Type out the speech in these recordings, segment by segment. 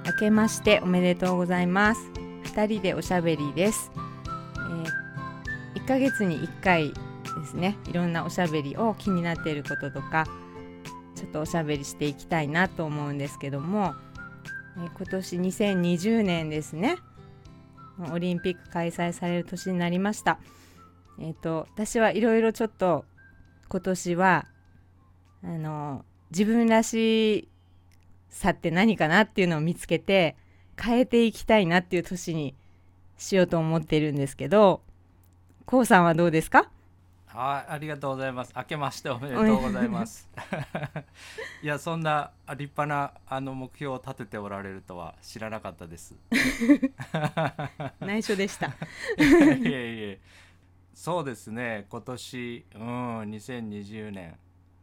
明けましておめでとうございます。2人でおしゃべりです。1ヶ月に1回ですね、いろんなおしゃべりを気になっていることとかちょっとおしゃべりしていきたいなと思うんですけども、今年2020年ですね、オリンピック開催される年になりました。私はいろいろちょっと今年は自分らしさって何かなっていうのを見つけて変えていきたいなっていう年にしようと思っているんですけど、こうさんはどうですか？ はい、ありがとうございます。明けましておめでとうございますいや、そんな立派な目標を立てておられるとは知らなかったです内緒でしたいえいえ、そうですね、今年2020年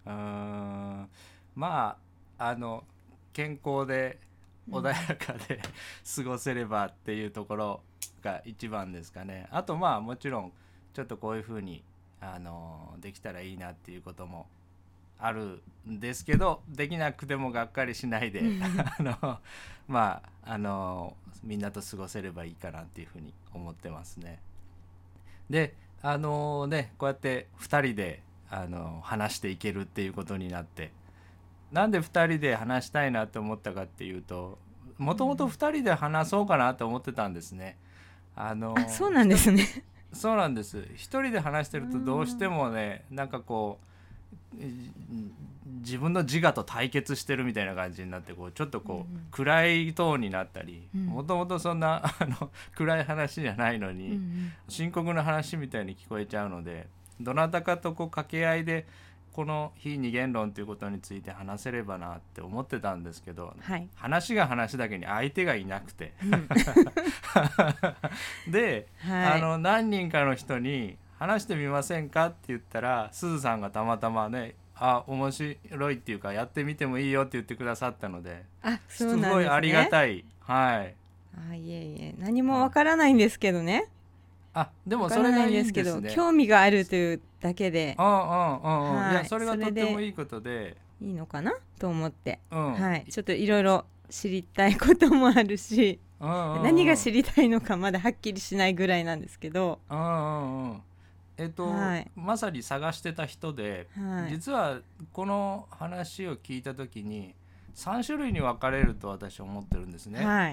まあ健康で穏やかで過ごせればっていうところが一番ですかね。あともちろんちょっとこういうふうにできたらいいなっていうこともあるんですけど、できなくてもがっかりしないでみんなと過ごせればいいかなっていうふうに思ってますね。でこうやって2人で話していけるっていうことになって、なんで2人で話したいなって思ったかっていうと、もともと2人で話そうかなと思ってたんですね。 そうなんですね。 そうなんです。一人で話してるとどうしてもね、なんかこう自分の自我と対決してるみたいな感じになって、ちょっと暗いトーンになったり、もともとそんな暗い話じゃないのに、深刻な話みたいに聞こえちゃうので、どなたかと掛け合いでこの非二元論ということについて話せればなって思ってたんですけど、 はい、 話が話だけに相手がいなくて、で、 はい、 何人かの人に話してみませんかって言ったら、すずさんがたまたまね、面白いっていうかやってみてもいいよって言ってくださったので、 そうなんですね。 すごいありがたい。はい。 いえいえ、何もわからないんですけどね。 でもそれがいいんですね。 興味があるというだけで、 いや、それがとってもいいことでいいのかなと思って、 はい、 ちょっといろいろ知りたいこともあるし、何が知りたいのかまだはっきりしないぐらいなんですけど、 まさに探してた人で、実はこの話を聞いた時に3種類に分かれると私は思ってるんですね。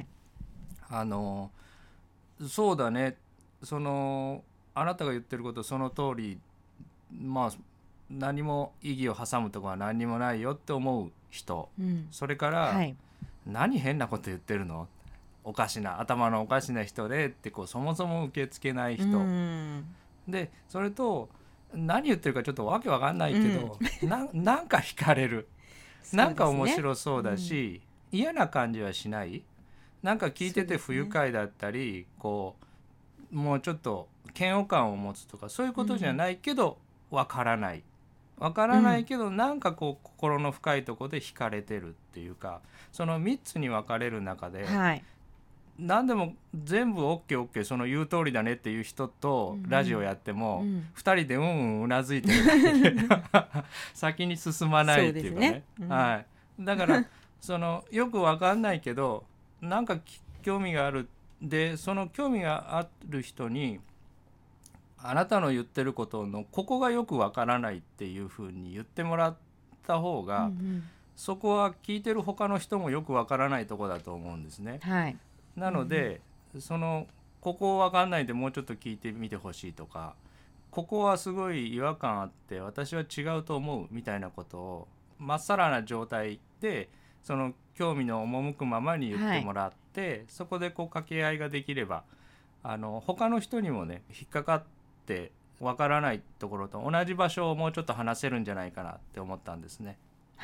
そうだね、あなたが言ってることその通り、何も意義を挟むところは何にもないよって思う人、それから、何変なこと言ってるの、頭のおかしな人でってそもそも受け付けない人、でそれと何言ってるかちょっとわけわかんないけど、なんか惹かれる、なんか面白そうだし、嫌な感じはしない、なんか聞いてて不愉快だったり、もうちょっと嫌悪感を持つとかそういうことじゃないけど、わからないけど、なんか心の深いところで惹かれてるっていうか、その3つに分かれる中で、何でも全部 OKOK その言う通りだねっていう人とラジオやっても、2人でうなずいてるだけで先に進まないっていうかね。だからよく分かんないけどなんか興味がある。でその興味がある人に、あなたの言ってることのここがよくわからないっていうふうに言ってもらった方が、そこは聞いてる他の人もよくわからないとこだと思うんですね。なので、ここわかんないでもうちょっと聞いてみてほしいとか、ここはすごい違和感あって私は違うと思うみたいなことをまっさらな状態でその興味の赴くままに言ってもらって、そこで掛け合いができれば他の人にもね引っかかってわからないところと同じ場所をもうちょっと話せるんじゃないかなって思ったんですね。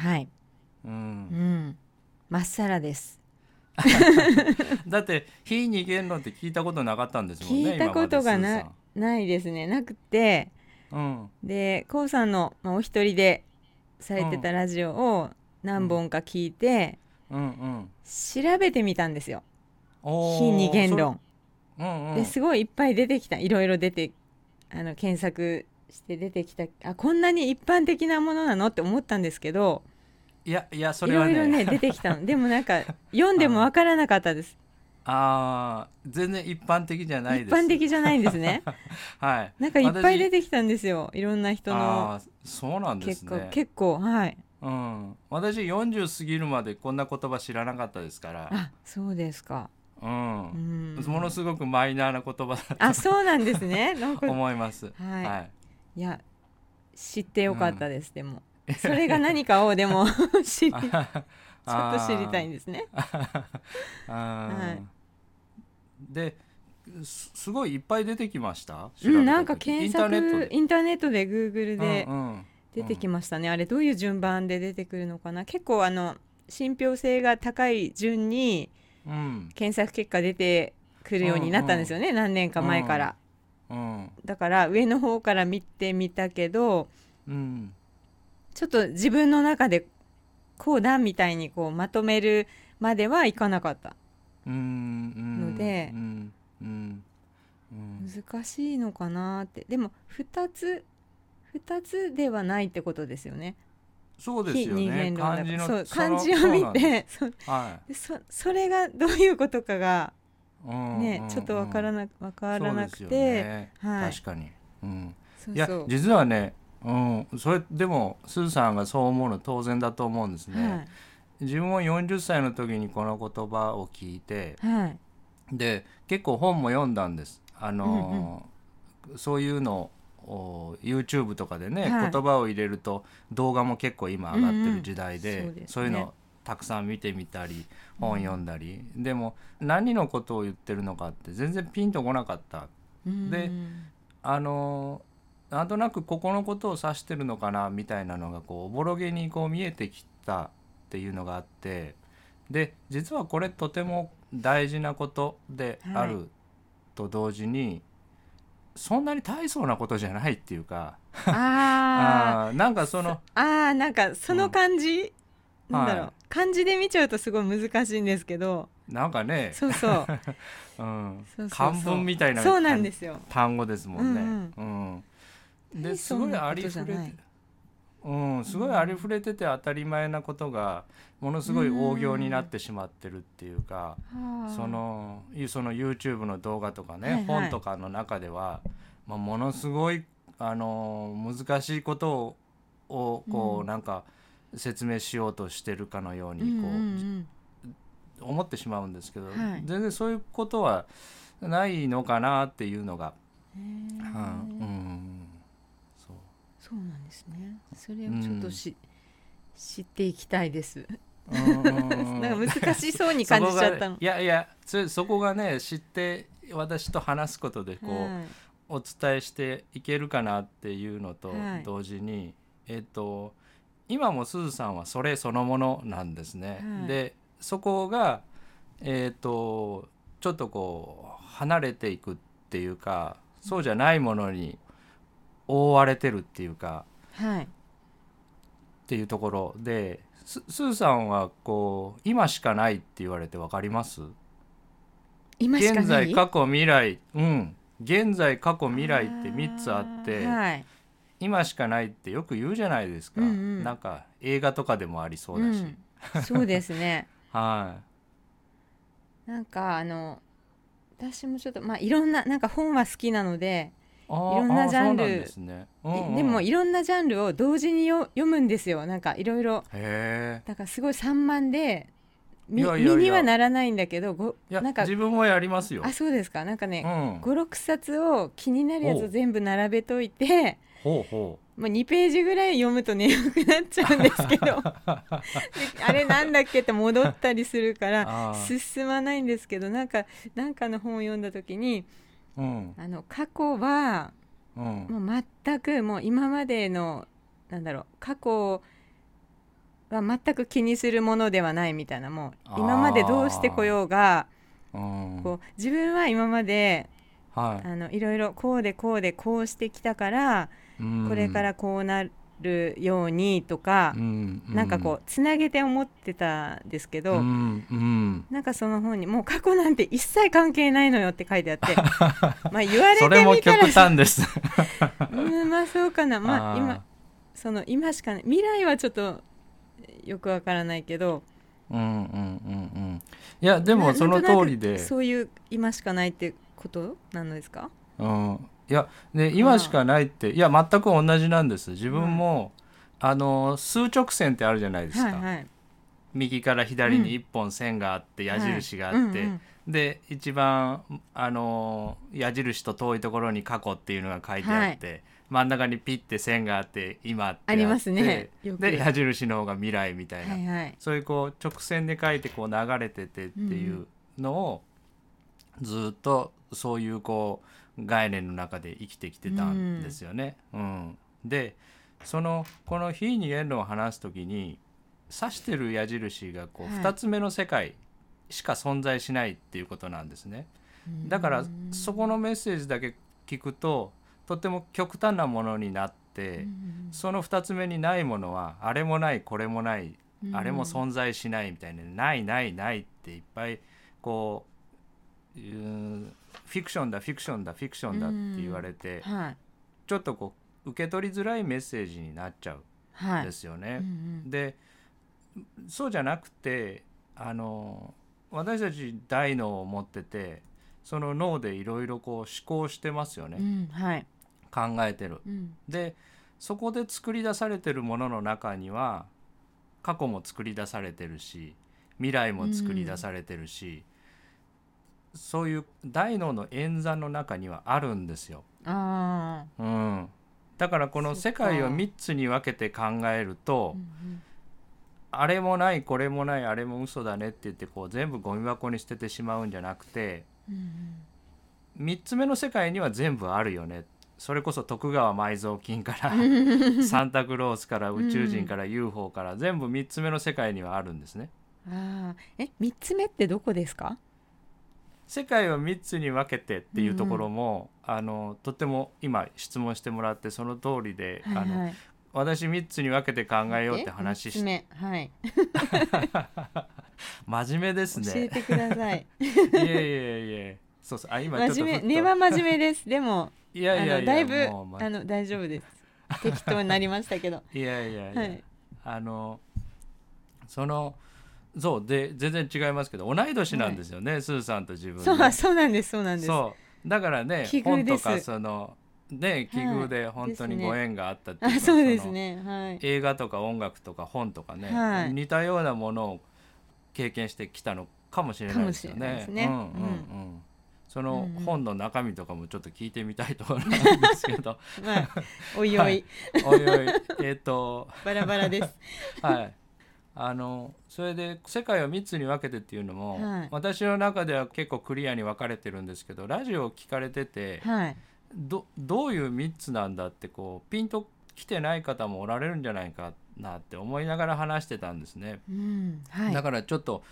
まっさらですだって非二元論って聞いたことなかったんですもんね。 聞いたことがないですね。なくて、でこうさんの、お一人でされてたラジオを何本か聞いて、調べてみたんですよ、非二元論。ですごいいっぱい出てきた、いろいろ検索して出てきた、こんなに一般的なものなのって思ったんですけど、 いやそれはねいろいろね出てきたのでもなんか読んでもわからなかったです。 全然一般的じゃないです。 一般的じゃないんですねはい。 なんかいっぱい出てきたんですよ、いろんな人の。 そうなんですね。 結構はい、 私40過ぎるまでこんな言葉知らなかったですから。 そうですか。 ものすごくマイナーな言葉だとそうなんですね思います。 はい、いや知ってよかったです、でもそれが何かをでもちょっと知りたいんですねはい、 ですごいいっぱい出てきました。 なんか検索インターネットで Google で出てきましたね、あれどういう順番で出てくるのかな。結構信憑性が高い順に検索結果出てくるようになったんですよね、何年か前から、だから上の方から見てみたけど、ちょっと自分の中でこうだみたいにこうまとめるまではいかなかったので、難しいのかなって。でも2つではないってことですよね。 そうですよね。 漢字を見てそれがどういうことかがね、ちょっと分からなくて、 確かに、いや実はね、それでもスーさんがそう思うの当然だと思うんですね、自分も40歳の時にこの言葉を聞いて、で結構本も読んだんです。そういうのを YouTube とかでね、言葉を入れると動画も結構今上がってる時代で、そういうのたくさん見てみたり本読んだり、でも何のことを言ってるのかって全然ピンとこなかった。でなんとなくここのことを指してるのかなみたいなのがこうおぼろげにこう見えてきたっていうのがあって、で実はこれとても大事なことであると同時に、そんなに大層なことじゃないっていうかなんかその感じ、なんだろう、漢字で見ちゃうとすごい難しいんですけど、 なんかね漢文みたいなそうなんですよ、 単語ですもんね。ですごいありふれて、すごいありふれてて当たり前なことがものすごい大行になってしまってるっていうか、その YouTube の動画とかね、本とかの中では、ものすごい難しいことをこうなんか説明しようとしてるかのようにこう思ってしまうんですけど、全然そういうことはないのかなっていうのが、 そうなんですね。それをちょっと知っていきたいです。なんか難しそうに感じちゃったの。 いやそこがね、知って私と話すことでこう、お伝えしていけるかなっていうのと同時に、今もすずさんはそれそのものなんですね。でそこがちょっとこう離れていくっていうか、そうじゃないものに覆われてるっていうか、っていうところで、スーさんはこう今しかないって言われて分かります？ 今しかない？ 現在過去未来、現在過去未来って3つあって、今しかないってよく言うじゃないですか、なんか映画とかでもありそうだし、 そうですねなんか私もちょっといろんな、なんか本は好きなのでいろんなジャンルでもいろんなジャンルを同時に読むんですよ。なんかいろいろだからすごい散漫で身にはならないんだけど、 なんか自分もやりますよ。 そうですか。なんかね、5,6 冊を気になるやつを全部並べといて、もう2ページぐらい読むと眠くなっちゃうんですけどあれなんだっけって戻ったりするから進まないんですけど、なんかの本を読んだ時に、過去はもう全くもう今までの過去は全く気にするものではないみたいな、もう今までどうしてこようがこう自分は今までいろいろこうでこうでこうしてきたから、これからこうなるようにとか、なんかこうつなげて思ってたんですけど、なんかその本にもう過去なんて一切関係ないのよって書いてあって言われてみたらそれも極端ですそうかな、今しかない、未来はちょっとよくわからないけど、 いやでもその通りで、 そういう今しかないってことなのですか？ いやね、今しかないって、いや全く同じなんです。自分も、数直線ってあるじゃないですか、右から左に一本線があって、矢印があって、で一番矢印と遠いところに過去っていうのが書いてあって、真ん中にピッて線があって今ってあって、ありますね、で矢印の方が未来みたいな、そういうこう直線で書いてこう流れててっていうのを、ずっとそういうこう概念の中で生きてきてたんですよね。でこの非二元論を話すときに指してる矢印がこう2つ目の世界しか存在しないっていうことなんですね。だからそこのメッセージだけ聞くととても極端なものになって、その2つ目にないものはあれもないこれもない、あれも存在しないみたいな、ないないないっていっぱいこうフィクションだフィクションだフィクションだって言われて、ちょっとこう受け取りづらいメッセージになっちゃうんですよね。でそうじゃなくて私たち大脳を持ってて、その脳でいろいろこう思考してますよね、考えてる、でそこで作り出されてるものの中には過去も作り出されてるし未来も作り出されてるし、そういう大脳の演算の中にはあるんですよ。だからこの世界を3つに分けて考えると、あれもないこれもないあれも嘘だねって言ってこう全部ゴミ箱に捨ててしまうんじゃなくて、3つ目の世界には全部あるよね。それこそ徳川埋蔵金からサンタクロースから宇宙人から UFO から全部3つ目の世界にはあるんですね。 3つ目ってどこですか？ 世界を3つに分けてっていうところも、とっても今質問してもらってその通りで、私3つに分けて考えようって話して、真面目ですね。 教えてください。 いえそうそう、今ちょっと根は真面目です。でもいやだいぶ大丈夫です。適当になりましたけどいやそうで全然違いますけど同い年なんですよね、スーさんと自分、ね、 そうなんですそうだからね、本とかそのね奇遇で本当にご縁があったっていうか、 そうですね、 映画とか音楽とか本とかね、似たようなものを経験してきたのかもしれないですよね。その本の中身とかもちょっと聞いてみたいところなんですけどおいおいバラバラですそれで世界を3つに分けてっていうのも、私の中では結構クリアに分かれてるんですけど、ラジオを聞かれてて、どういう3つなんだってこうピンときてない方もおられるんじゃないかなって思いながら話してたんですね。だからちょっと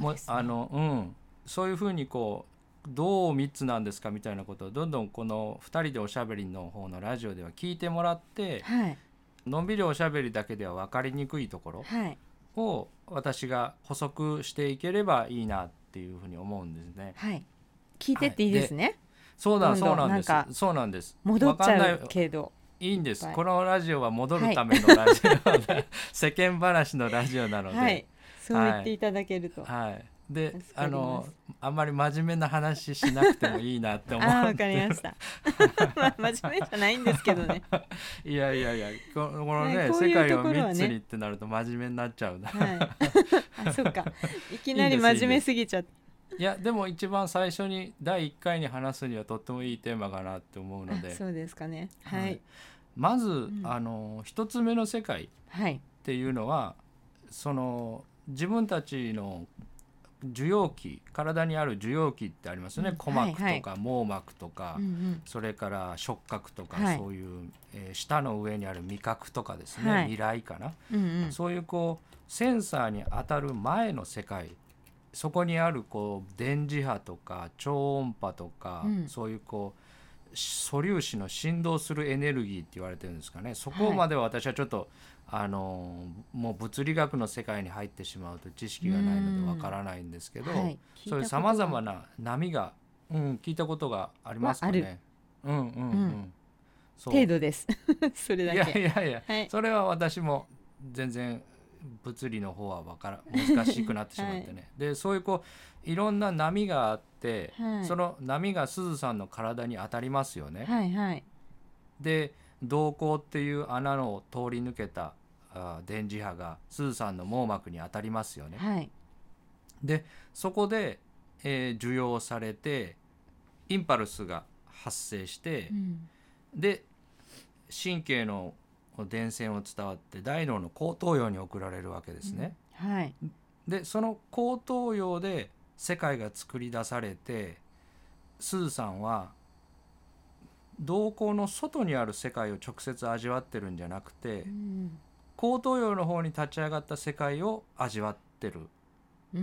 そういうふうにこうどう3つなんですかみたいなことをどんどんこの2人でおしゃべりの方のラジオでは聞いてもらって、のんびりおしゃべりだけでは分かりにくいところを私が補足していければいいなっていうふうに思うんですね。 聞いてっていいですね。 そうなんです。 戻っちゃうけどいいんです。このラジオは戻るためのラジオで、世間話のラジオなので、 そう言っていただけると、 であんまり真面目な話しなくてもいいなって思ってわかりました真面目じゃないんですけどねいやこのね世界を3つにってなると真面目になっちゃうなそうか、いきなり真面目すぎちゃって。 いやでも一番最初に第1回に話すにはとってもいいテーマかなって思うので。 そうですかね。 まず、一つ目の世界っていうのは、その自分たちの受容器、体にある受容器ってありますよね、鼓膜とか網膜とか、それから触覚とか、そういう、舌の上にある味覚とかですね、味蕾かな、そういうこうセンサーに当たる前の世界、そこにあるこう電磁波とか超音波とか、そういうこう素粒子の振動するエネルギーって言われてるんですかね。そこまでは私はちょっと、もう物理学の世界に入ってしまうと知識がないのでわからないんですけど、そういうさまざまな波が、聞いたことがありますかね。 程度ですそれだけ。 いや、それは私も全然物理の方は難しくなってしまってね、はい、でそういういろんな波があって、はい、その波がすずさんの体に当たりますよね、 はいはい、 で瞳孔っていう穴を通り抜けた電磁波がすずさんの網膜に当たりますよね、 はい、 でそこで、受容されてインパルスが発生して、うん、で神経の電線を伝わって大脳の後頭葉に送られるわけですね、 うん、はい、 でその後頭葉で世界が作り出されて、すずさんは瞳孔の外にある世界を直接味わってるんじゃなくて、うん、後頭葉の方に立ち上がった世界を味わってる、うん、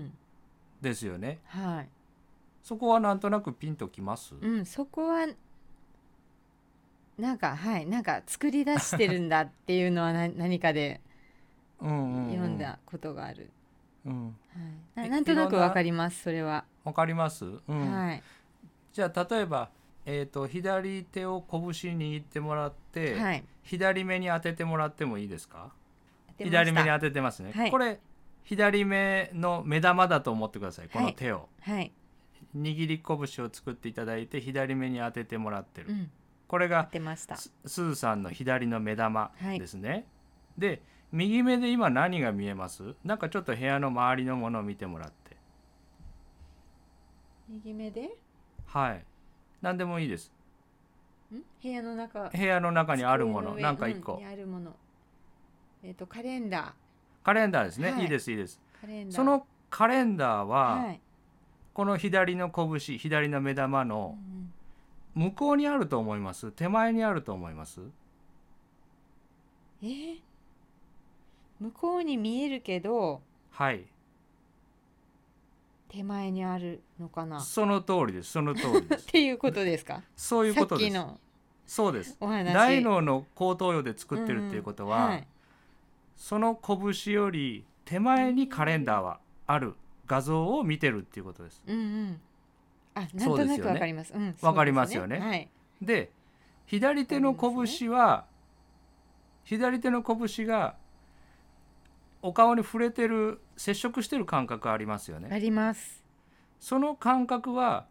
ですよね、 はい、 そこはなんとなくピンときます？ うん、そこはなんか、はい、なんか作り出してるんだっていうのは何かで読んだことがある、うんはい、なんとなくわかります。それはわかります、うん、 はい、 じゃあ例えば、左手を拳に握ってもらって、はい、左目に当ててもらってもいいですか？左目に当ててますね、はい、これ左目の目玉だと思ってください。この手を、はい、握り拳を作っていただいて左目に当ててもらってる、うん、これがすずさんの左の目玉ですね、はい、で右目で今何が見えます？なんかちょっと部屋の周りのものを見てもらって。 右目で？ はい、何でもいいです。 部屋の中にあるもの、なんか一個、 あるもの、カレンダーですね、はい、いいですいいです。そのカレンダーは、はい、この左の拳、左の目玉の向こうにあると思います？手前にあると思います？ 向こうに見えるけど、 はい、 手前にあるのかな。 その通りです、その通りですっていうことですか？ そういうことです。 さっきのそうです。 お話、 大脳の後頭葉で作ってるっていうことは、はい、その拳より手前にカレンダーはある画像を見てるっていうことです。 うんうん、なんとなくわかります。 わかりますよね。はい、で左手の拳は、左手の拳がお顔に触れてる、接触してる感覚ありますよね。 あります。 その感覚は、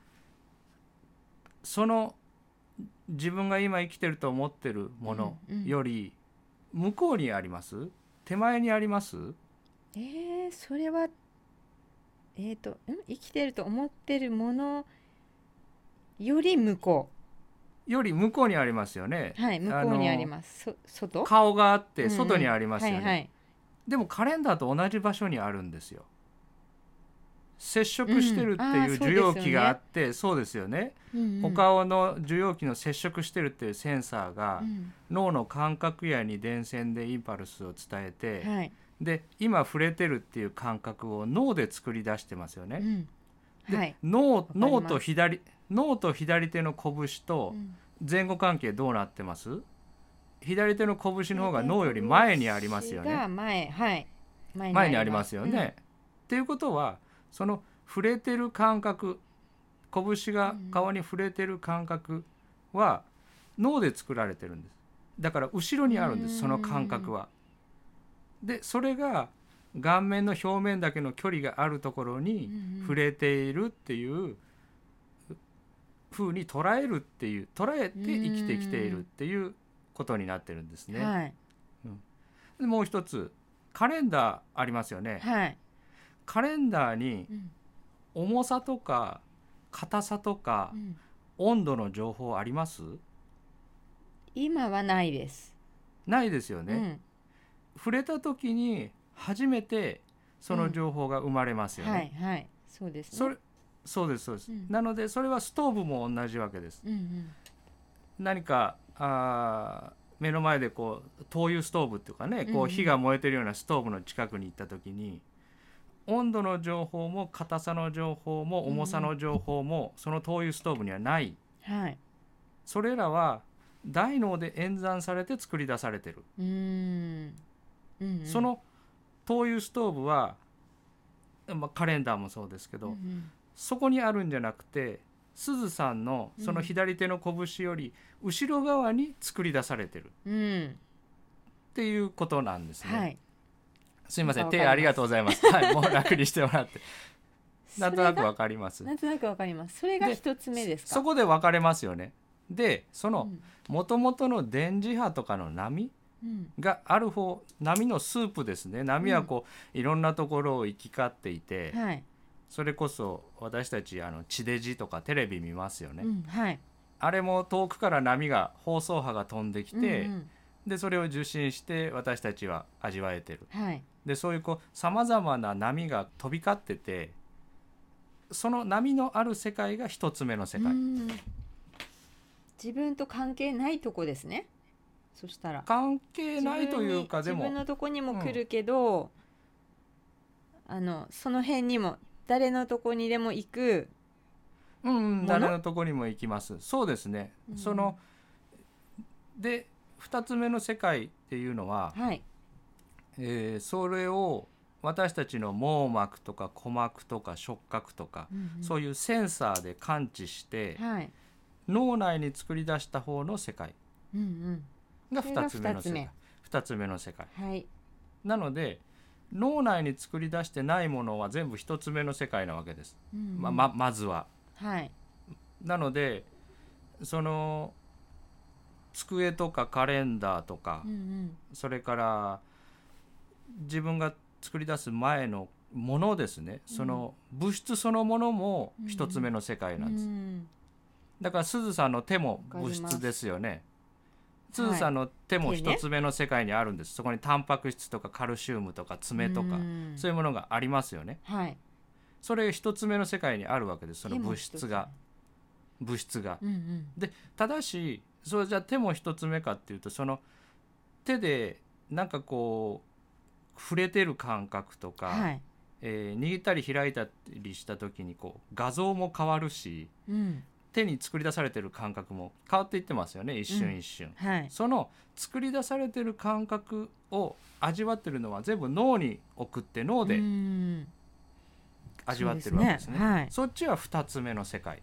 その自分が今生きてると思ってるものより向こうにあります？手前にあります？ それは生きてると思ってるものより向こうにありますよね。 はい、向こうにあります。外？ 顔があって外にありますよね、はいはい、でもカレンダーと同じ場所にあるんですよ。接触してるっていう受容器があって、そうですよね、お顔の受容器の接触してるっていうセンサーが、脳の感覚野に電線でインパルスを伝えて、はい、で今触れてるっていう感覚を脳で作り出してますよね、で、はい、脳と左手の拳と前後関係どうなってます？左手の拳の方が脳より前にありますよね。前にありますよね、っていうことは、その触れてる感覚、拳が顔に触れてる感覚は脳で作られてるんです。だから後ろにあるんです、その感覚は。でそれが顔面の表面だけの距離があるところに触れているっていう風に捉えて生きてきているっていうことになってるんですね、はい、でもう一つカレンダーありますよね、はい、カレンダーに重さとか硬さとか温度の情報あります？ 今はないです。 ないですよね、触れた時に初めてその情報が生まれますよね、 はいはい、そうですね。 そうです、なのでそれはストーブも同じわけです、何か目の前でこう灯油ストーブっていうかね、こう火が燃えてるようなストーブの近くに行った時に、温度の情報も硬さの情報も重さの情報もその灯油ストーブにはない、はい、それらは大脳で演算されて作り出されてる。その灯油ストーブは、カレンダーもそうですけど、そこにあるんじゃなくて、すずさんのその左手の拳より後ろ側に作り出されてる、っていうことなんですね、はい、 すいません、手ありがとうございます。はい、もう楽にしてもらってなんとなくわかります。 なんとなくわかります。それが一つ目ですか。 そこで分かれますよね。でその元々の電磁波とかの波がある方、波のスープですね。波はこういろんなところを行き交っていて、はい、それこそ私たち地デジとかテレビ見ますよね、はい、あれも遠くから波が放送波が飛んできて、でそれを受信して私たちは味わえてる、はい、でそういうさまざまな波が飛び交ってて、その波のある世界が一つ目の世界。 自分と関係ないとこですね。そしたら関係ないというか、 でも自分のとこにも来るけど、その辺にも誰のとこにでも行く、 誰のとこにも行きます。そうですね、そので2つ目の世界っていうのは、はい、それを私たちの網膜とか鼓膜とか触覚とか、そういうセンサーで感知して、はい、脳内に作り出した方の世界が2つ目の世界。2つ目の世界、はい、なので脳内に作り出してないものは全部1つ目の世界なわけです、まずは、はい、なのでその机とかカレンダーとか、それから自分が作り出す前のものですね、その物質そのものも一つ目の世界なんです、だからすずさんの手も物質ですよね。すずさんの手も一つ目の世界にあるんです、そこにタンパク質とかカルシウムとか爪とかそういうものがありますよね、はい、それ一つ目の世界にあるわけです、その物質が、でただしそれじゃあ手も一つ目かっていうと、その手でなんかこう触れてる感覚とか、はい、握ったり開いたりした時に画像も変わるし、手に作り出されてる感覚も変わっていってますよね、一瞬一瞬、はい、その作り出されてる感覚を味わってるのは全部脳に送って脳で味わってるわけですね、はい、そっちは2つ目の世界。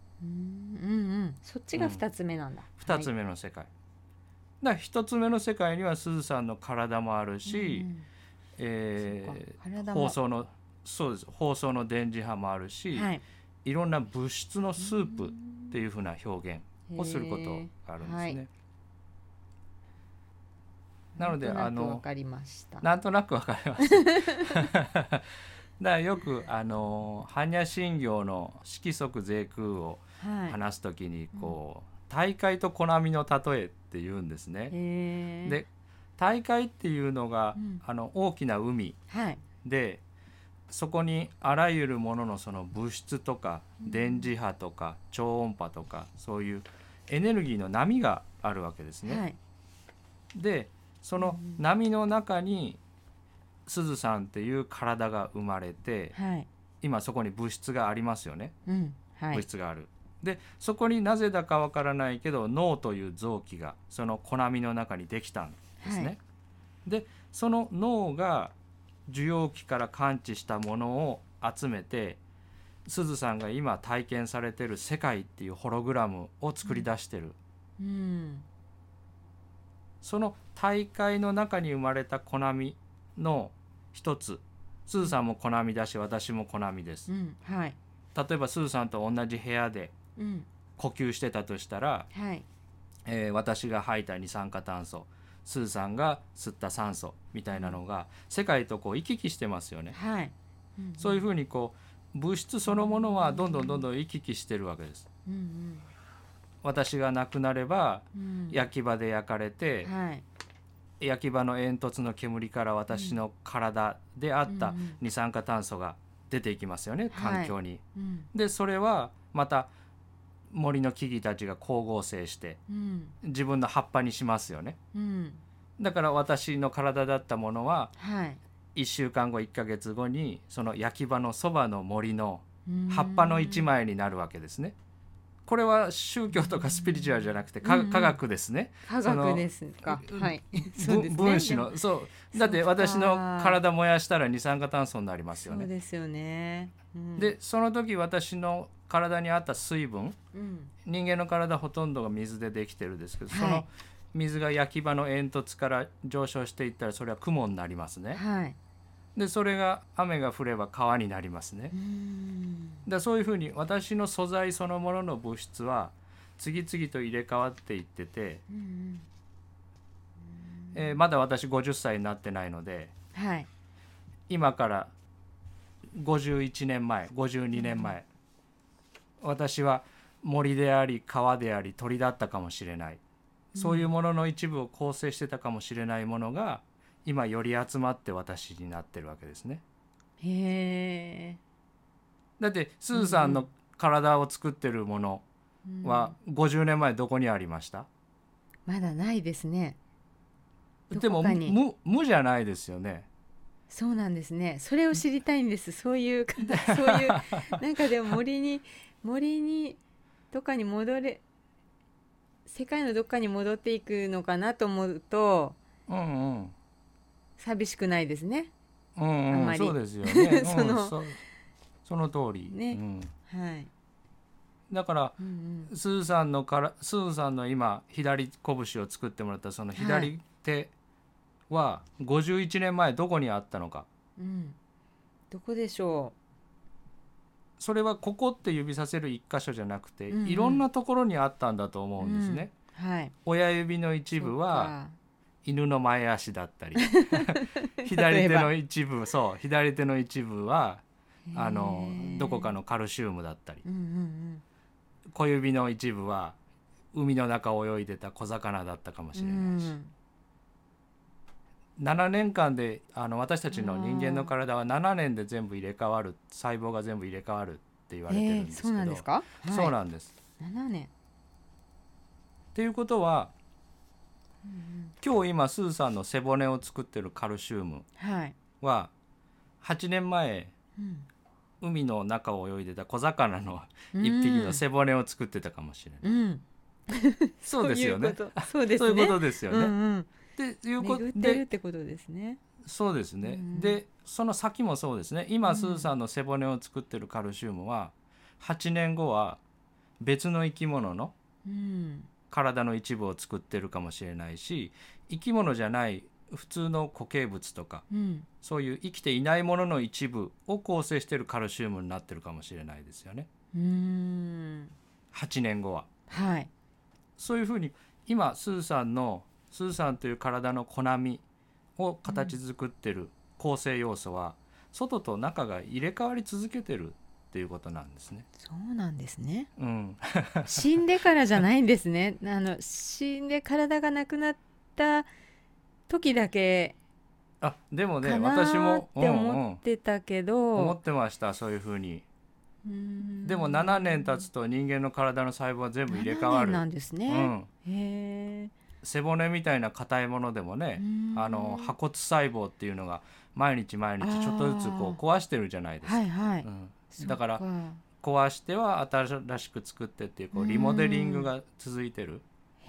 そっちが2つ目なんだ、 2つ目の世界、だから1つ目の世界にはすずさんの体もあるし、放送の電磁波もあるし、はい、いろんな物質のスープっていう風な表現をすることがあるんですね、はい、なのでなんとなく分かりました。 なんとなく分かりましただからよく般若心経の色即是空を話すときに大海と小波の例えって言うんですね。で大海っていうのが、大きな海、はい、でそこにあらゆるもののその物質とか電磁波とか超音波とかそういうエネルギーの波があるわけですね、はい、でその波の中にすずさんっていう体が生まれて、はい、今そこに物質がありますよね、はい、物質がある。でそこになぜだかわからないけど脳という臓器がその小波の中にできたんですね、はい、でその脳が受容器から感知したものを集めてすずさんが今体験されてる世界っていうホログラムを作り出してる、その大海の中に生まれた小波の一つ、すずさんも小波だし私も小波です、はい、例えばすずさんと同じ部屋で呼吸してたとしたら、はい、私が吐いた二酸化炭素、すずさんが吸った酸素みたいなのが世界と行き来してますよね、はい、そういうふうに物質そのものはどんどん行き来してるわけです、私が亡くなれば、焼き場で焼かれて、はい、焼き場の煙突の煙から私の体であった二酸化炭素が出ていきますよね、環境に、でそれはまた森の木々たちが光合成して、自分の葉っぱにしますよね、だから私の体だったものは、1週間後1ヶ月後にその焼き場のそばの森の葉っぱの一枚になるわけですね。これは宗教とかスピリチュアルじゃなくて科学ですね。 科学ですか。はい。 分子のだって私の体燃やしたら二酸化炭素になりますよね。 そうですよね。 でその時私の体にあった水分、人間の体ほとんどが水でできてるんですけど、その水が焼き場の煙突から上昇していったらそれは雲になりますね。はい。 でそれが雨が降れば川になりますね。でそういうふうに私の素材そのものの物質は次々と入れ替わっていってて、まだ私50歳になってないので、 はい、 今から51年前52年前、私は森であり川であり鳥だったかもしれない、そういうものの一部を構成してたかもしれないものが今より集まって私になってるわけですね。 へー。だってスーさんの体を作ってるものは50年前どこにありました？ まだないですね。 でも無じゃないですよね。 そうなんですね。それを知りたいんです。そういうなんかでも森にどっかに世界のどっかに戻っていくのかなと思うと、寂しくないですね。あまりそうですよね。その通りね。はい。 だから、スーさんの今左拳を作ってもらったその左手は51年前どこにあったのか、 どこでしょう。それはここって指させる一箇所じゃなくて、いろんなところにあったんだと思うんですね。 はい、 親指の一部は犬の前足だったり左手の一部はどこかのカルシウムだったり、小指の一部は海の中を泳いでた小魚だったかもしれないし、7年間で私たちの人間の体は7年で全部入れ替わる、細胞が全部入れ替わるって言われてるんですけど、 そうなんですか？はい、 そうなんです。 7年っていうことは、今日今スーさんの背骨を作ってるカルシウムは8年前、海の中を泳いでた小魚の一匹の背骨を作ってたかもしれない、そうですよね。 そういうことですよね。 っていうことで巡ってるってことですね。 そうですね、でその先もそうですね。今スーさんの背骨を作ってるカルシウムは8年後は別の生き物の体の一部を作ってるかもしれないし、生き物じゃない普通の固形物とか、そういう生きていないものの一部を構成しているカルシウムになってるかもしれないですよね。8年後は、 はい、 そういうふうに今スーさんという体のコナミを形作ってる構成要素は外と中が入れ替わり続けてるっていうことなんですね。 そうなんですね。死んでからじゃないんですね。死んで体がなくなった時だけでもね、私もって思ってたけど、 思ってました、そういうふうに。でも7年経つと人間の体の細胞は全部入れ替わる。 7年なんですね。へー。 背骨みたいな硬いものでもね、破骨細胞っていうのが毎日ちょっとずつこう壊してるじゃないですか。だから壊しては新しく作ってっていう、リモデリングが続いてる。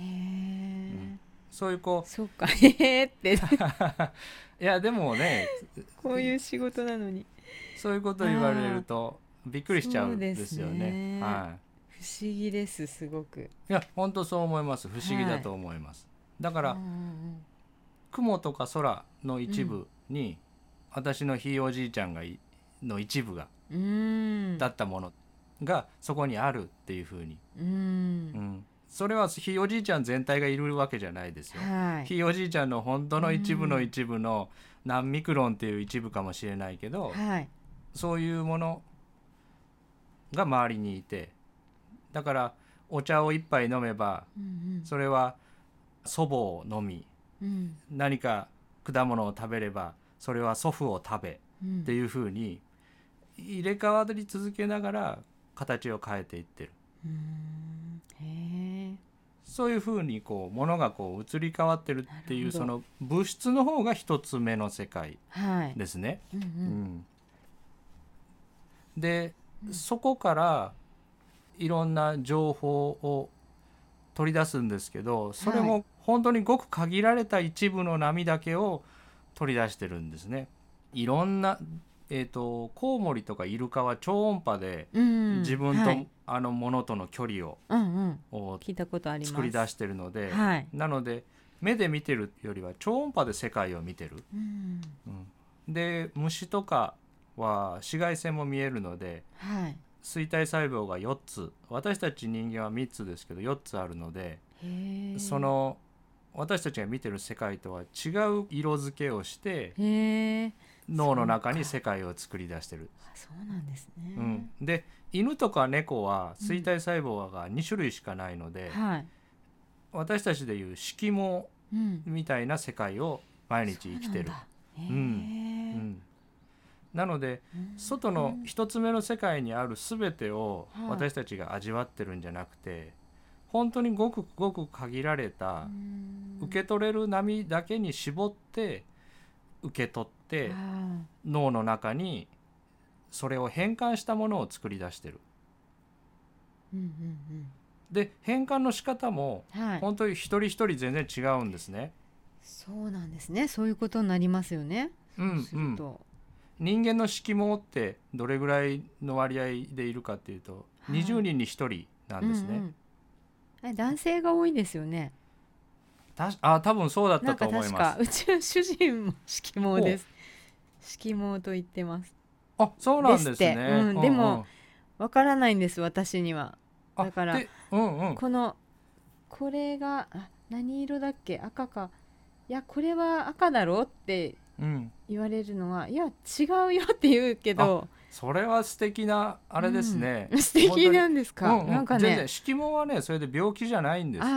そういうそうかへーっていやでもね、 こういう仕事なのにそういうこと言われるとびっくりしちゃうんですよね。 不思議です、すごく。 いや本当そう思います。不思議だと思います。だから雲とか空の一部に、私のひいおじいちゃんの一部がだったものがそこにあるっていうふうに、それはひいおじいちゃん全体がいるわけじゃないですよ。ひいおじいちゃんの本当の一部の一部の何ミクロンっていう一部かもしれないけど、そういうものが周りにいて、だからお茶を一杯飲めば、それは祖母を飲み、何か果物を食べればそれは祖父を食べ、っていうふうに入れ替わり続けながら形を変えていってる。そういうふうに物が移り変わってるっていう、その物質の方が一つ目の世界ですね。で、そこからいろんな情報を取り出すんですけど、それも本当にごく限られた一部の波だけを取り出してるんですね。いろんな、コウモリとかイルカは超音波で自分と、ものとの距離を、 聞いたことあります。 作り出してるので、なので目で見てるよりは超音波で世界を見てる。 で虫とかは紫外線も見えるので、 はい、 錐体細胞が4つ、私たち人間は3つですけど4つあるので、その私たちが見てる世界とは違う色付けをして脳の中に世界を作り出してる。 そうなんですね、 うん、で犬とか猫は錐体細胞が2種類しかないので、 はい、 私たちでいう色毛みたいな世界を毎日生きてる。なので外の一つ目の世界にある全てを私たちが味わってるんじゃなくて、本当にごくごく限られた受け取れる波だけに絞って受け取って脳の中にそれを変換したものを作り出してる。で変換の仕方も本当に一人一人全然違うんですね。 そうなんですね。そういうことになりますよね。 人間の色毛ってどれぐらいの割合でいるかっていうと、20人に1人なんですね。 男性が多いですよね。 多分そうだったと思います。 確かうちの主人も色毛です。色毛と言ってます。 あ、そうなんですね。 でもわからないんです、私には。だからこれが何色だっけ、赤か、いやこれは赤だろって言われるのは、いや違うよって言うけど、 それは素敵なあれですね。 素敵なんですか。なんかね、 全然色毛はねそれで病気じゃないんです。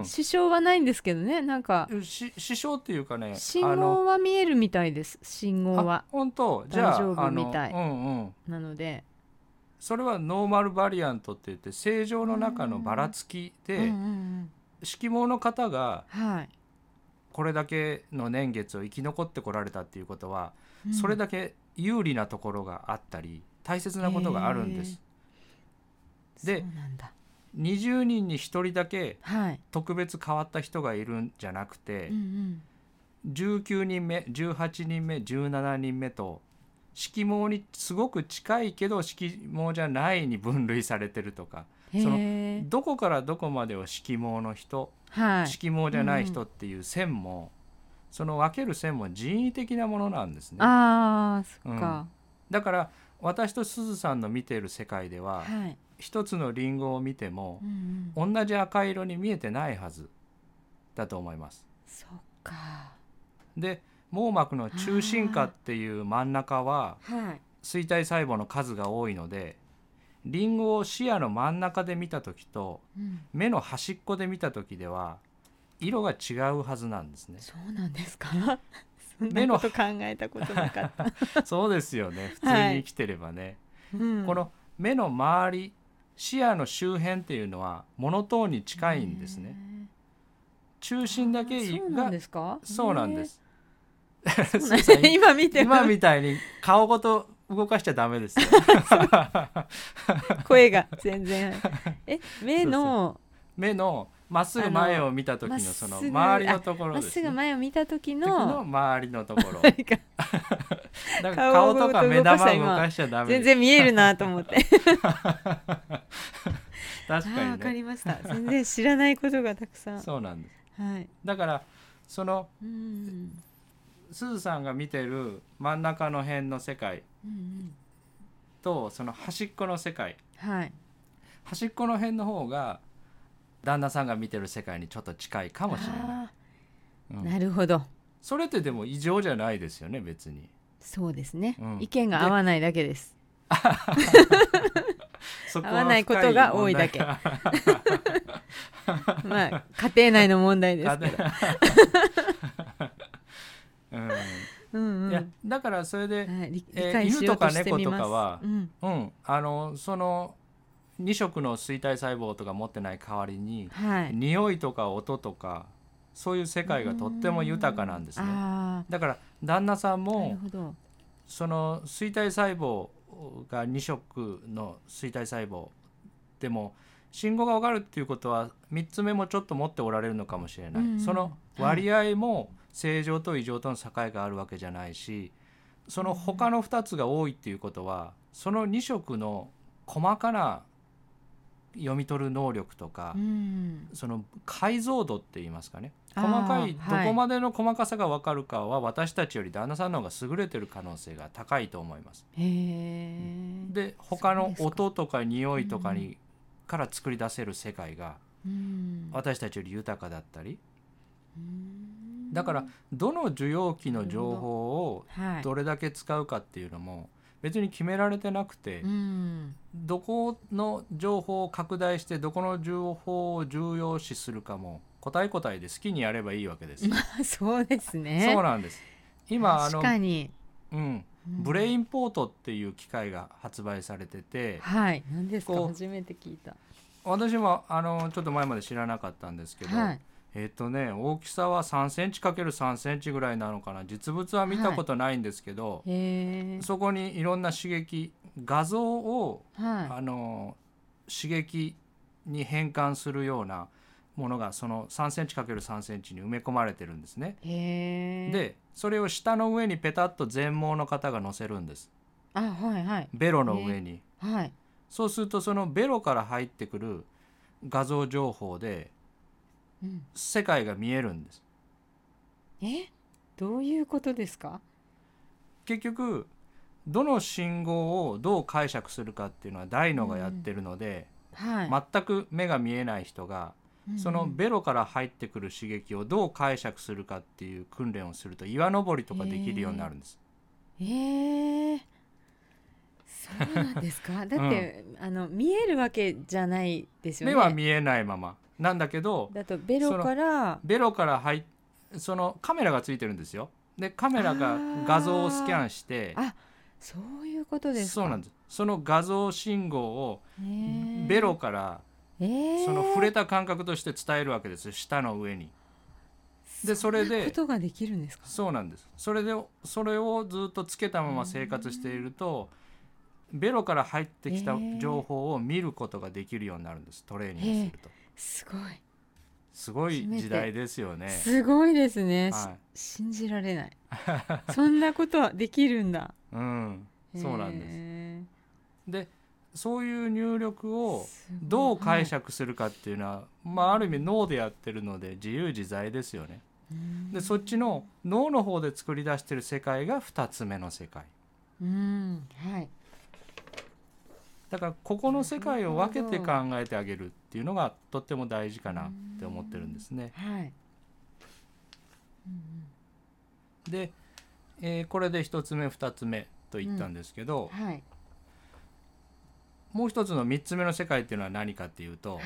支障はないんですけどね。なんか支障っていうかね、 信号は見えるみたいです。信号は本当、じゃあ大丈夫みたいなので、 それはノーマルバリアントって言って正常の中のばらつきで、色毛の方がこれだけの年月を生き残ってこられたっていうことは、それだけ有利なところがあったり大切なことがあるんです。で、20人に1人だけ特別変わった人がいるんじゃなくて、19人目18人目17人目と色毛にすごく近いけど色毛じゃないに分類されてるとか、そのどこからどこまでを色毛の人、色毛じゃない人っていう線も、その分ける線も人為的なものなんですね。 そっか。 だから私とすずさんの見ている世界では、一つのリンゴを見ても、同じ赤色に見えてないはずだと思います。 そっか。 で網膜の中心花っていう真ん中は錐体細胞の数が多いので、リンゴを視野の真ん中で見た時と、目の端っこで見た時では色が違うはずなんですね。 そうなんですか。そんなこと考えたことなかったそうですよね、普通に生きてればね、この目の周り、視野の周辺っていうのはモノトーンに近いんですね。中心だけが、 そうなんですか。 そうなんです今見て今みたいに顔ごと動かしちゃダメですよ声が全然目のまっすぐ前を見た時のその周りのところですね。 まっすぐ前を見た時の周りのところだから顔とか目玉動かしちゃダメです。 全然見えるなと思って確かにね。 わかりました。全然知らないことがたくさん。 そうなんです、 はい、 だからそのすずさんが見てる真ん中の辺の世界と、その端っこの世界、端っこの辺の方が旦那さんが見てる世界にちょっと近いかもしれない、 なるほど。 それってでも異常じゃないですよね、別に。 そうですね、意見が合わないだけです。 そこ合わないことが多いだけまあ家庭内の問題ですけどいやだからそれで、犬とか猫とかは、その2色の錐体細胞とか持ってない代わりに、匂いとか音とかそういう世界がとっても豊かなんですね。だから旦那さんもその錐体細胞が2色の錐体細胞でも信号が分かるっていうことは3つ目もちょっと持っておられるのかもしれない、その割合も正常と異常との境があるわけじゃないし、その他の2つが多いっていうことは、その2色の細かな読み取る能力とか、その解像度って言いますかね、 細かいどこまでの細かさが分かるかは私たちより旦那さんの方が優れてる可能性が高いと思います。で他の音とか匂いとかにから作り出せる世界が私たちより豊かだったり、だからどの受容器の情報をどれだけ使うかっていうのも別に決められてなくて、どこの情報を拡大してどこの情報を重要視するかも答え答えで好きにやればいいわけです。 そうですね。 そうなんです。今確かに、 ブレインポートっていう機械が発売されてて、 はい、何ですか？初めて聞いた。 私もちょっと前まで知らなかったんですけど、大きさは3センチ ×3 センチぐらいなのかな。実物は見たことないんですけど、そこにいろんな刺激、画像を、刺激に変換するようなものがその3センチ ×3 センチに埋め込まれてるんですね。でそれを下の上にペタッと全盲の方が乗せるんです。ベロの上に、そうするとそのベロから入ってくる画像情報で世界が見えるんです。 どういうことですか？ 結局どの信号をどう解釈するかっていうのは大脳がやってるので、全く目が見えない人がそのベロから入ってくる刺激をどう解釈するかっていう訓練をすると岩登りとかできるようになるんです。 そうなんですか？だって、見えるわけじゃないですよね。 目は見えないままなんだけど、 だとベロからそのカメラがついてるんですよ。でカメラが画像をスキャンして、 そういうことですか？ そうなんです。その画像信号をベロからその触れた感覚として伝えるわけですよ、舌の上に。でそれでそんなことができるんですか？ そうなんです。それをずっとつけたまま生活しているとベロから入ってきた情報を見ることができるようになるんです。トレーニングすると、すごい時代ですよね。 すごいですね、信じられないそんなことはできるんだ。 そうなんです。でそういう入力をどう解釈するかっていうのは、ある意味脳でやってるので自由自在ですよね。でそっちの脳の方で作り出してる世界が2つ目の世界。だからここの世界を分けて考えてあげるっていうのがとっても大事かなって思ってるんですね。で、これで1つ目2つ目と言ったんですけど、もう一つの3つ目の世界っていうのは何かっていうと、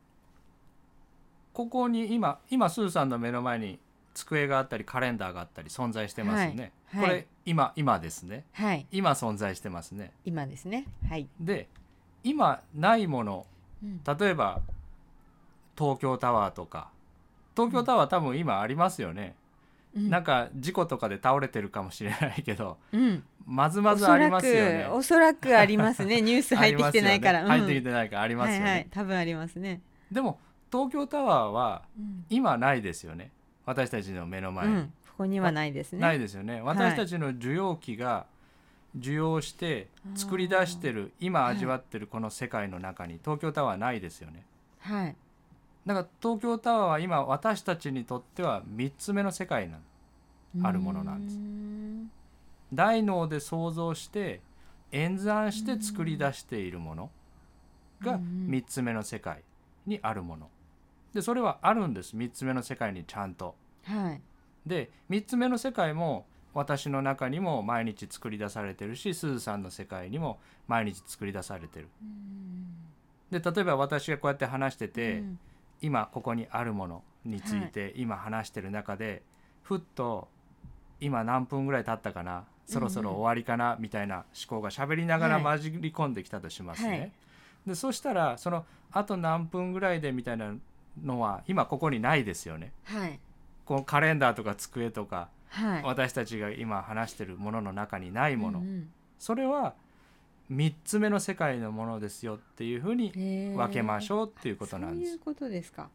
ここに今スーさんの目の前に机があったりカレンダーがあったり存在してますね。これ今ですね。今存在してますね。 今ですね。 で今ないもの、例えば東京タワーとか、東京タワー多分今ありますよね。なんか事故とかで倒れてるかもしれないけど、まずまずありますよね。 おそらくありますね。ニュース入ってきてないから、 入ってきてないからありますよね。 多分ありますね。 でも東京タワーは今ないですよね。私たちの目の前に、 ここにはないですね。 ないですよね。私たちの受容器が受容して作り出してる今味わってるこの世界の中に東京タワーないですよね。だから東京タワーは今私たちにとっては3つ目の世界なあるものなんです。大脳で想像して演算して作り出しているものが3つ目の世界にあるもので、それはあるんです。3つ目の世界にちゃんと。で3つ目の世界も私の中にも毎日作り出されてるし、すずさんの世界にも毎日作り出されてる。で例えば私がこうやって話してて、今ここにあるものについて今話してる中で、ふっと今何分ぐらい経ったかな、そろそろ終わりかなみたいな思考が喋りながら混じり込んできたとしますね。でそしたらそのあと何分ぐらいでみたいなのは今ここにないですよね。このカレンダーとか机とか、私たちが今話してるものの中にないもの、それは3つ目の世界のものですよっていうふうに分けましょうっていうことなんです。 そういうことですか。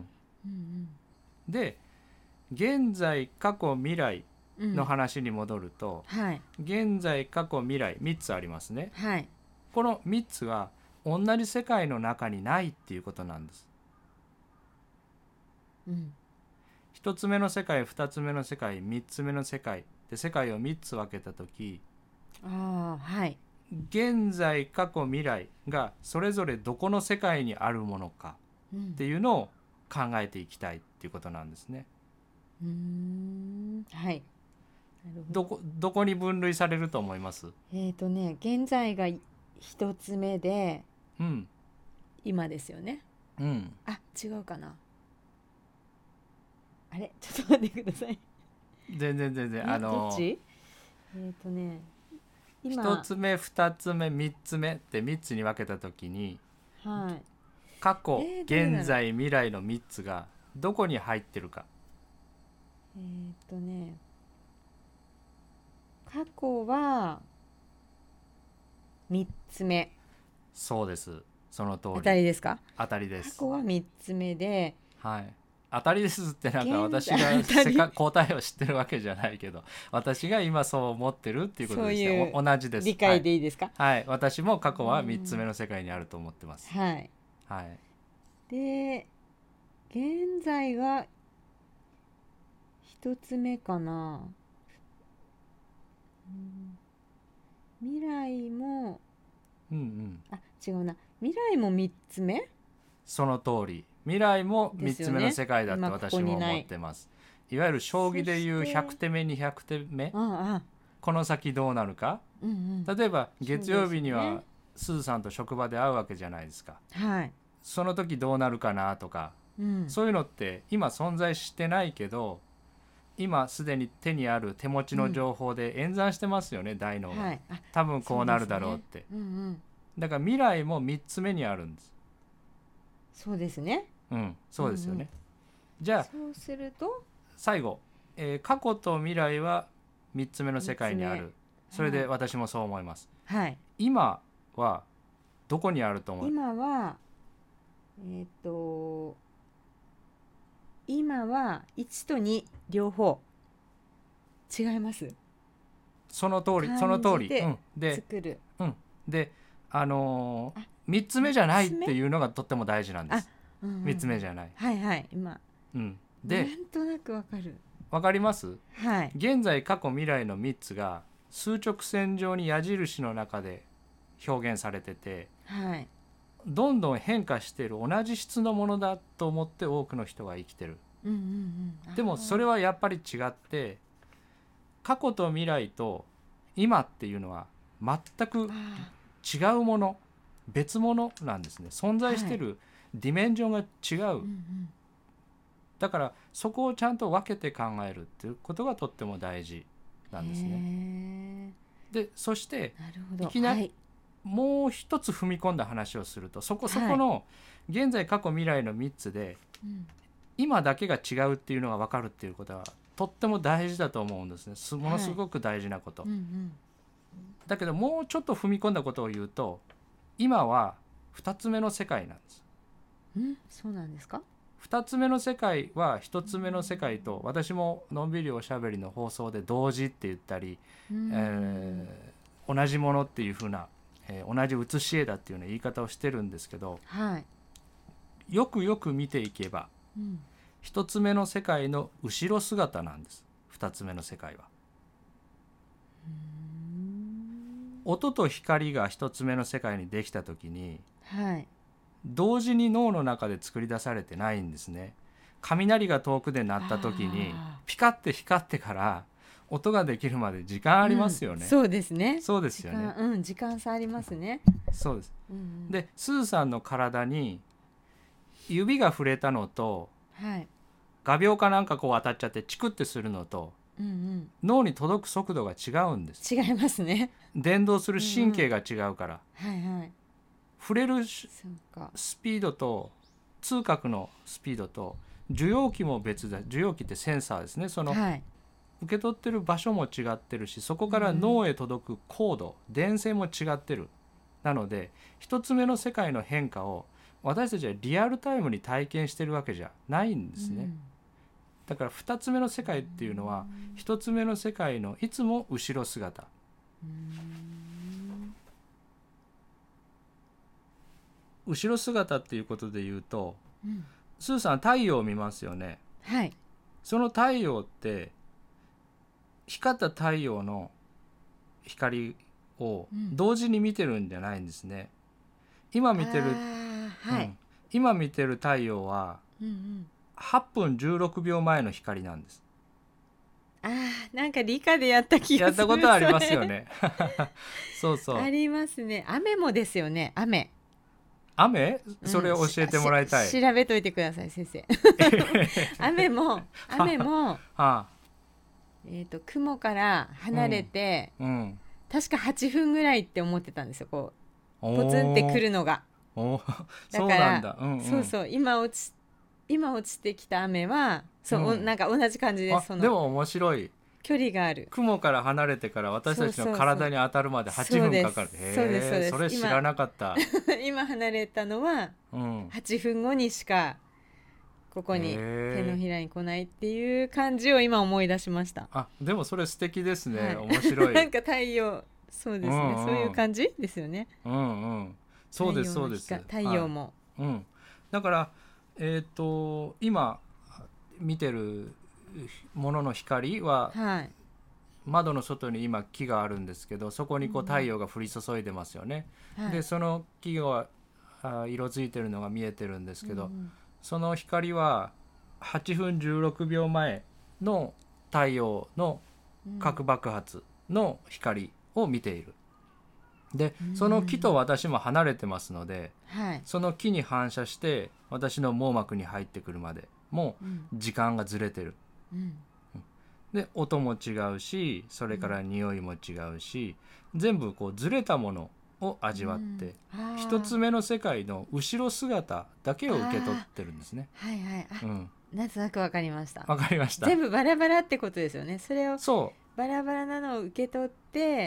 で現在過去未来の話に戻ると、現在過去未来3つありますね。この3つは同じ世界の中にないっていうことなんです。 1つ目の世界、2つ目の世界、3つ目の世界で世界を3つ分けた時、 はい、 現在過去未来がそれぞれどこの世界にあるものかっていうのを考えていきたいっていうことなんですね。 はい、 なるほど。どこに分類されると思います？ 現在が1つ目で、今ですよね。違うかな。あれ、ちょっと待ってください。 全然どっち？ 今1つ目2つ目3つ目って3つに分けた時に、過去、現在未来の3つがどこに入ってるか。 過去は3つ目。 そうです、その通り。 当たりですか？ 当たりです。 過去は3つ目で、 当たりですってなんか私が答えを知ってるわけじゃないけど、私が今そう思ってるっていうことですね。同じです。 理解でいいですか？ 私も過去は3つ目の世界にあると思ってます。 で、現在が1つ目かな。未来も、違うな、未来も3つ目？ その通り、未来も3つ目の世界だって私も思ってます。いわゆる将棋でいう100手目200手目、この先どうなるか、例えば月曜日にはすずさんと職場で会うわけじゃないですか。その時どうなるかなとか、そういうのって今存在してないけど、今すでに手にある手持ちの情報で演算してますよね、大脳が。多分こうなるだろうって。だから未来も3つ目にあるんです。 そうですね。 そうですよね。じゃあそうすると最後、過去と未来は3つ目の世界にある。それで私もそう思います。今はどこにあると思う？ 今は今は1と2両方。違います？ その通り、その通り。で作る。 で、3つ目じゃないっていうのがとっても大事なんです。3つ目じゃない。 今。 で、 なんとなくわかる。 わかります？現在、過去、未来の3つが数直線上に矢印の中で表現されてて、どんどん変化している同じ質のものだと思って多くの人が生きてる。でもそれはやっぱり違って、過去と未来と今っていうのは全く違うもの、別物なんですね。存在しているディメンジョンが違う。だからそこをちゃんと分けて考えるっていうことがとっても大事なんですね。で、そしていきなりもう一つ踏み込んだ話をすると、そこの現在過去未来の3つで、今だけが違うっていうのが分かるっていうことはとっても大事だと思うんですね。ものすごく大事なこと。だけどもうちょっと踏み込んだことを言うと、今は2つ目の世界なんです。 そうなんですか ？2つ目の世界は1つ目の世界と、私ものんびりおしゃべりの放送で同時って言ったり、同じものっていう風な、同じ写し絵だっていうような言い方をしてるんですけど、よくよく見ていけば、1つ目の世界の後ろ姿なんです。2つ目の世界は。音と光が1つ目の世界にできた時に、同時に脳の中で作り出されてないんですね。雷が遠くで鳴った時にピカッて光ってから音ができるまで時間ありますよね。 そうですね。 そうですよね。 時間差ありますね。 そうです。で、すずさんの体に指が触れたのと、画鋲かなんかこう当たっちゃってチクってするのと、脳に届く速度が違うんです。 違いますね。 伝導する神経が違うから、触れるスピードと痛覚のスピードと受容器も別だ。受容器ってセンサーですね。その、受け取ってる場所も違ってるし、そこから脳へ届く高度、電線も違ってる。なので一つ目の世界の変化を私たちはリアルタイムに体験してるわけじゃないんですね。だから2つ目の世界っていうのは1つ目の世界のいつも後ろ姿。後ろ姿っていうことで言うと、すずさん太陽を見ますよね。 その太陽って光った太陽の光を同時に見てるんじゃないんですね。今見てる、 はい、 今見てる太陽は8分16秒前の光なんです。 なんか理科でやった気がする。 やったことありますよねそうそう、 ありますね。雨もですよね。雨それを教えてもらいたい。 調べといてください先生雨も雲から離れて、確か8分ぐらいって思ってたんですよ。こうポツンってくるのが。だからそうそう、今落ちてきた雨はなんか同じ感じです。 でも面白い。 距離がある。 雲から離れてから私たちの体に当たるまで8分かかる。 そうです。 それ知らなかった今離れたのは8分後にしかここに手のひらに来ないっていう感じを今思い出しました。 でもそれ素敵ですね、面白いなんか太陽、そうですね、そういう感じですよね。 そうですそうです。 太陽も、 だから今見てるものの光は、窓の外に今木があるんですけど、そこにこう太陽が降り注いでますよね。でその木が色づいてるのが見えてるんですけど、その光は8分16秒前の太陽の核爆発の光を見ている。でその木と私も離れてますので、その木に反射して私の網膜に入ってくるまでも時間がずれてる。で音も違うし、それから匂いも違うし、全部こうずれたものを味わって、一つ目の世界の後ろ姿だけを受け取ってるんですね。なんとなく分かりました。全部バラバラってことですよね。それをバラバラなのを受け取って、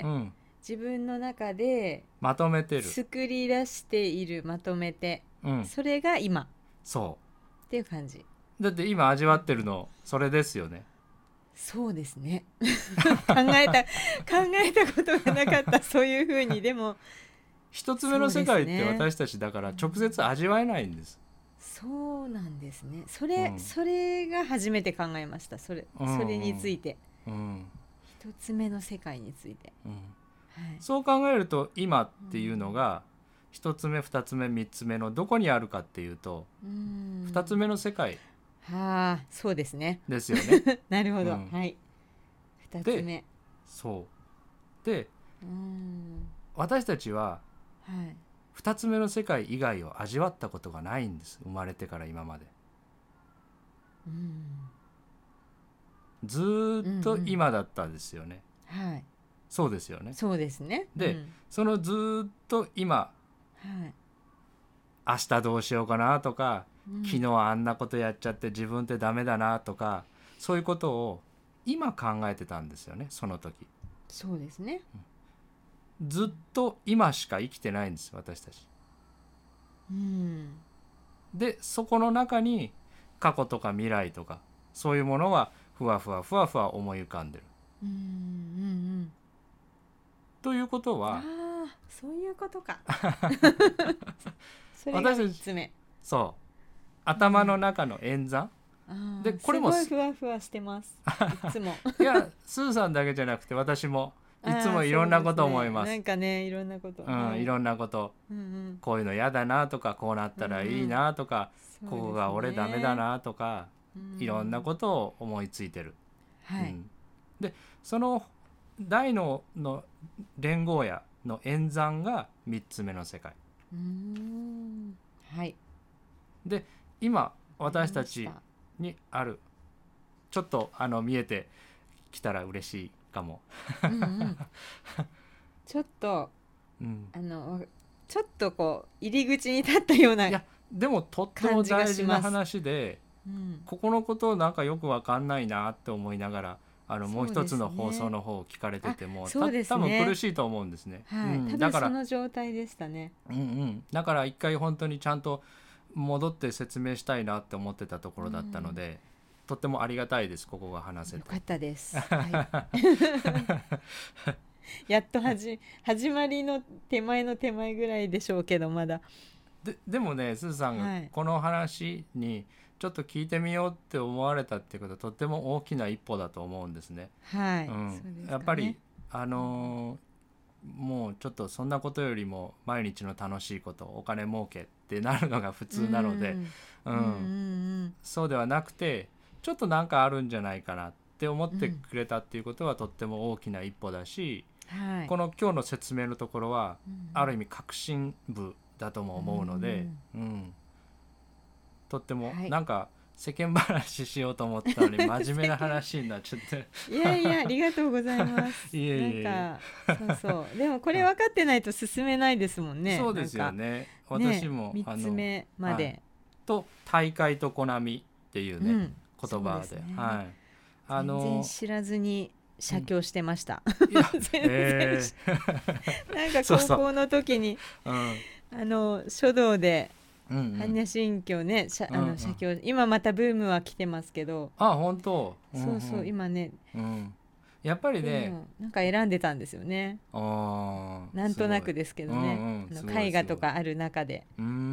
自分の中でまとめてる、 作り出している、まとめて、それが今っていう感じ。 だって今味わってるのそれですよね。 そうですね考えたことがなかったそういう風に。でも一つ目の世界って私たちだから直接味わえないんです。 そうなんですね。それが初めて考えました。それについて、一つ目の世界について、 そう考えると今っていうのが一つ目二つ目三つ目のどこにあるかっていうと、二つ目の世界。 そうですね。 ですよねなるほど、二つ目。 で私たちは二つ目の世界以外を味わったことがないんです。生まれてから今まで。ずっと今だったんですよね。そうですよね。 そうですね。 で、そのずっと今、明日どうしようかなとか、昨日あんなことやっちゃって自分ってダメだなとか、そういうことを今考えてたんですよね、その時。 そうですね。 ずっと今しか生きてないんです、私たち。でそこの中に過去とか未来とかそういうものはふわふわふわふわ思い浮かんでる。ということは、 そういうことかそれが3つ目。そう頭の中の演算、 でこれもすごいふわふわしてますいつもいやスーさんだけじゃなくて私もいつもいろんなこと思います。 なんかね、いろんなこと、 いろんなこと、こういうの嫌だなとか、こうなったらいいなとか、ここが俺ダメだなとか、いろんなことを思いついてる。でその大脳の連合野の演算が3つ目の世界。で今私たちにある、ちょっと見えてきたら嬉しいかもちょっと、ちょっとこう入り口に立ったような。いやでもとっても大事な話で、ここのことなんかよく分かんないなって思いながらもう一つの放送の方を聞かれてても、多分苦しいと思うんですね。 だからその状態でしたね。 だから一回本当にちゃんと戻って説明したいなって思ってたところだったので、とってもありがたいです。ここが話せてよかったです、やっと始まりの手前の手前ぐらいでしょうけど、まだでもね、すずさんがこの話にちょっと聞いてみようって思われたっていうことはとっても大きな一歩だと思うんですね。 はい、そうですかね。 やっぱりもうちょっとそんなことよりも毎日の楽しいこと、お金儲けってなるのが普通なので、そうではなくてちょっとなんかあるんじゃないかなって思ってくれたっていうことはとっても大きな一歩だし、この今日の説明のところはある意味確信部だとも思うので、とってもなんか世間話しようと思ったのに真面目な話になっちゃっていやいや、ありがとうございますなんかそうでもこれ分かってないと進めないですもんね。 そうですよね。私も 3つ目まで、 と大会とコナミっていうね、言葉で、 全然知らずに写経してました、なんか高校の時に、書道で般若心経ね、写経、今またブームは来てますけど、 本当、 そうそう今ね、 やっぱりねなんか選んでたんですよね。なんとなくですけどね、絵画とかある中で。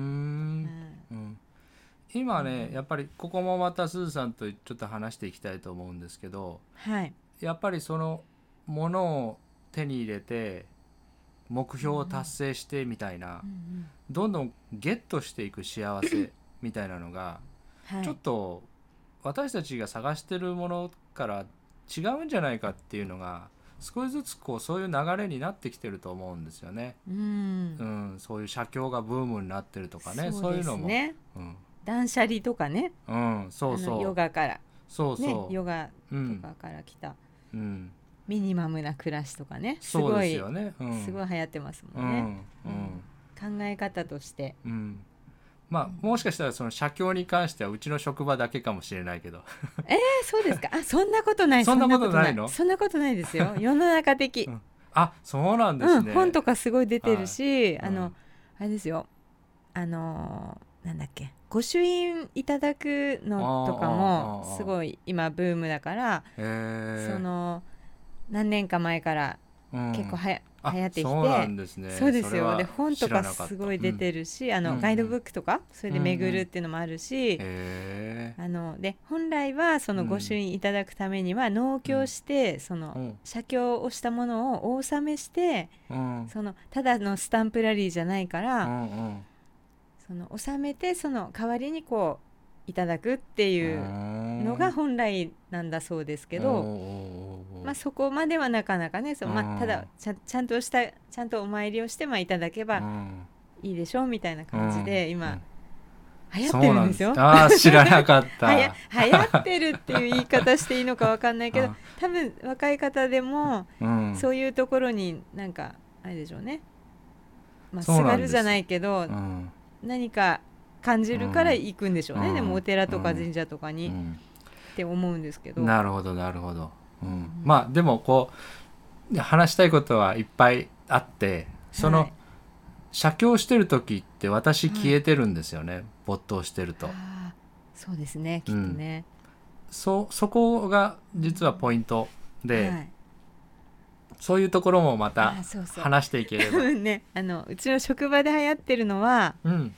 今ね、やっぱりここもまたすずさんとちょっと話していきたいと思うんですけど、やっぱりそのものを手に入れて目標を達成してみたいな、どんどんゲットしていく幸せみたいなのが、ちょっと私たちが探してるものから違うんじゃないかっていうのが少しずつそういう流れになってきてると思うんですよね。そういう写経がブームになってるとかね、そういうのも、 断捨離とかね、ヨガから、ヨガとかから来た、ミニマムな暮らしとかね、すごい、すごい流行ってますもんね。考え方として、 もしかしたらその写経に関してはうちの職場だけかもしれないけどそうですか。そんなことない。 そんなことないの？ そんなことないですよ。世の中的、 そうなんですね。 本とかすごい出てるし、あれですよ、なんだっけ、御朱印いただくのとかもすごい今ブームだから、その何年か前から結構流行ってきて、そうなんですね。そうですよ。で本とかすごい出てるし、ガイドブックとかそれで巡るっていうのもあるし、で本来はその御朱印いただくためには納経して、その写経をしたものをお納めして、そのただのスタンプラリーじゃないから、その納めてその代わりにいただくっていうのが本来なんだそうですけど、そこまではなかなかね、ただちゃんとお参りをしていただけばいいでしょうみたいな感じで今流行ってるんですよ。 知らなかった流行ってるっていう言い方していいのか分かんないけど、多分若い方でもそういうところになんかあれでしょうね、すがるじゃないけど、何か感じるから行くんでしょうね。でもお寺とか神社とかに、って思うんですけど。 なるほどなるほど。でも話したいことはいっぱいあって、その写経してる時って私消えてるんですよね、没頭してると。 そうですね、きっとね。 そこが実はポイントで、そういうところもまた話していければ。 ね、うちの職場で流行ってるのは、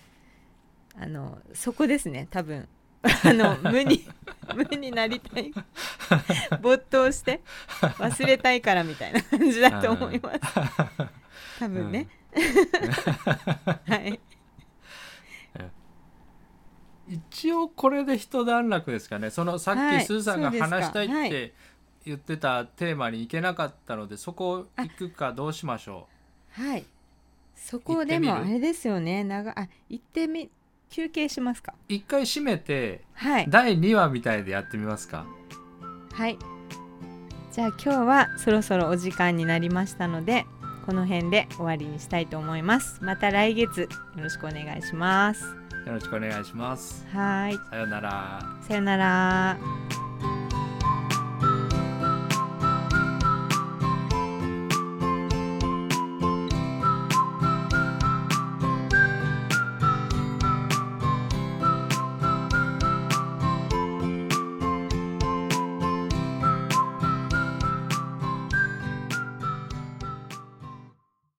そこですね、多分。無になりたい、没頭して忘れたいからみたいな感じだと思います。多分ね。 一応これで一段落ですかね。そのさっきスーさんが話したいって言ってたテーマに行けなかったので、そこ行くかどうしましょう。そこでもあれですよね。行って休憩しますか。 一回閉めて、第2話みたいでやってみますか。 じゃあ今日はそろそろお時間になりましたので、この辺で終わりにしたいと思います。また来月よろしくお願いします。 よろしくお願いします。 さよなら。 さよなら。